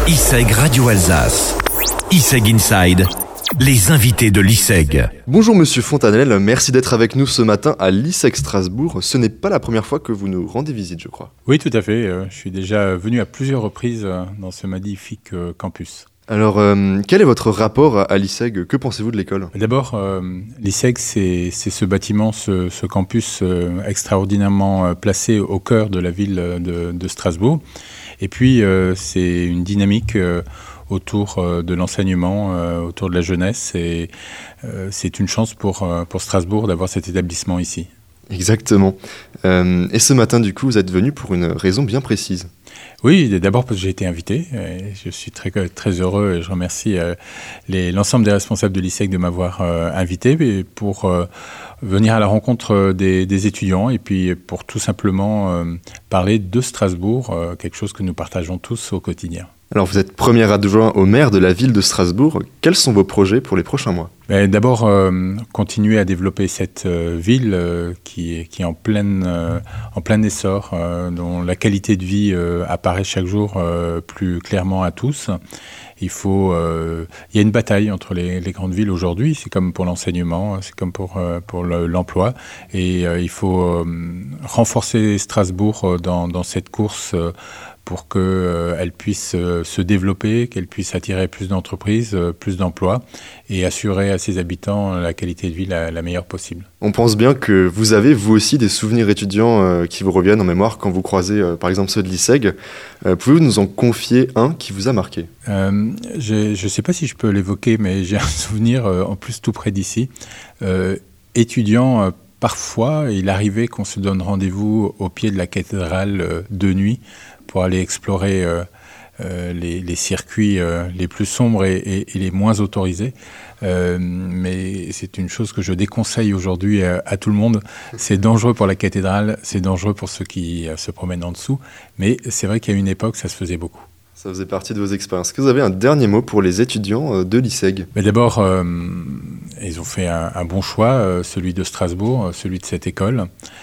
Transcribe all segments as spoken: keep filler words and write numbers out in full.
I S E G Radio Alsace. I S E G Inside. Les invités de l'I S E G. Bonjour Monsieur Fontanelle, merci d'être avec nous ce matin à l'I S E G Strasbourg. Ce n'est pas la première fois que vous nous rendez visite, je crois. Oui, tout à fait. Je suis déjà venu à plusieurs reprises dans ce magnifique campus. Alors, euh, quel est votre rapport à l'I S E G ? Que pensez-vous de l'école ? D'abord, euh, l'I S E G, c'est, c'est ce bâtiment, ce, ce campus euh, extraordinairement placé au cœur de la ville de, de Strasbourg. Et puis, euh, c'est une dynamique euh, autour euh, de l'enseignement, euh, autour de la jeunesse. Et euh, c'est une chance pour, euh, pour Strasbourg d'avoir cet établissement ici. Exactement. Euh, et ce matin, du coup, vous êtes venu pour une raison bien précise. Oui, d'abord parce que j'ai été invité. Et je suis très, très heureux et je remercie euh, les, l'ensemble des responsables de l'I S E G de m'avoir euh, invité pour euh, venir à la rencontre des, des étudiants et puis pour tout simplement euh, parler de Strasbourg, euh, quelque chose que nous partageons tous au quotidien. Alors vous êtes premier adjoint au maire de la ville de Strasbourg. Quels sont vos projets pour les prochains mois ? Mais d'abord, euh, continuer à développer cette euh, ville euh, qui, est, qui est en, pleine, euh, en plein essor, euh, dont la qualité de vie euh, apparaît chaque jour euh, plus clairement à tous. Il faut, euh, il y a une bataille entre les, les grandes villes aujourd'hui, c'est comme pour l'enseignement, c'est comme pour, euh, pour le, l'emploi. Et euh, il faut euh, renforcer Strasbourg dans, dans cette course euh, pour qu'elle euh, puisse euh, se développer, qu'elle puisse attirer plus d'entreprises, euh, plus d'emplois et assurer à ses habitants la qualité de vie la, la meilleure possible. On pense bien que vous avez, vous aussi, des souvenirs étudiants euh, qui vous reviennent en mémoire quand vous croisez, euh, par exemple, ceux de l'I S E G. Euh, pouvez-vous nous en confier un qui vous a marqué ? euh, Je ne sais pas si je peux l'évoquer, mais j'ai un souvenir, euh, en plus tout près d'ici. Euh, étudiant, euh, parfois, il arrivait qu'on se donne rendez-vous au pied de la cathédrale euh, de nuit pour aller explorer euh, euh, les, les circuits euh, les plus sombres et, et, et les moins autorisés. Euh, mais c'est une chose que je déconseille aujourd'hui à, à tout le monde. C'est dangereux pour la cathédrale, c'est dangereux pour ceux qui euh, se promènent en dessous. Mais c'est vrai qu'à une époque, ça se faisait beaucoup. Ça faisait partie de vos expériences. Est-ce que vous avez un dernier mot pour les étudiants de l'I S E G ? Mais d'abord, euh, ils ont fait un, un bon choix, euh, celui de Strasbourg, celui de cette école.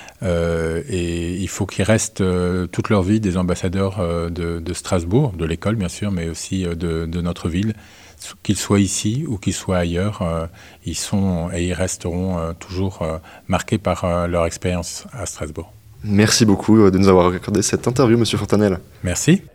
Euh, et il faut qu'ils restent euh, toute leur vie des ambassadeurs euh, de, de Strasbourg, de l'école bien sûr, mais aussi euh, de, de notre ville. Qu'ils soient ici ou qu'ils soient ailleurs, euh, ils sont et ils resteront euh, toujours euh, marqués par euh, leur expérience à Strasbourg. Merci beaucoup de nous avoir accordé cette interview, Monsieur Fontanelle. Merci.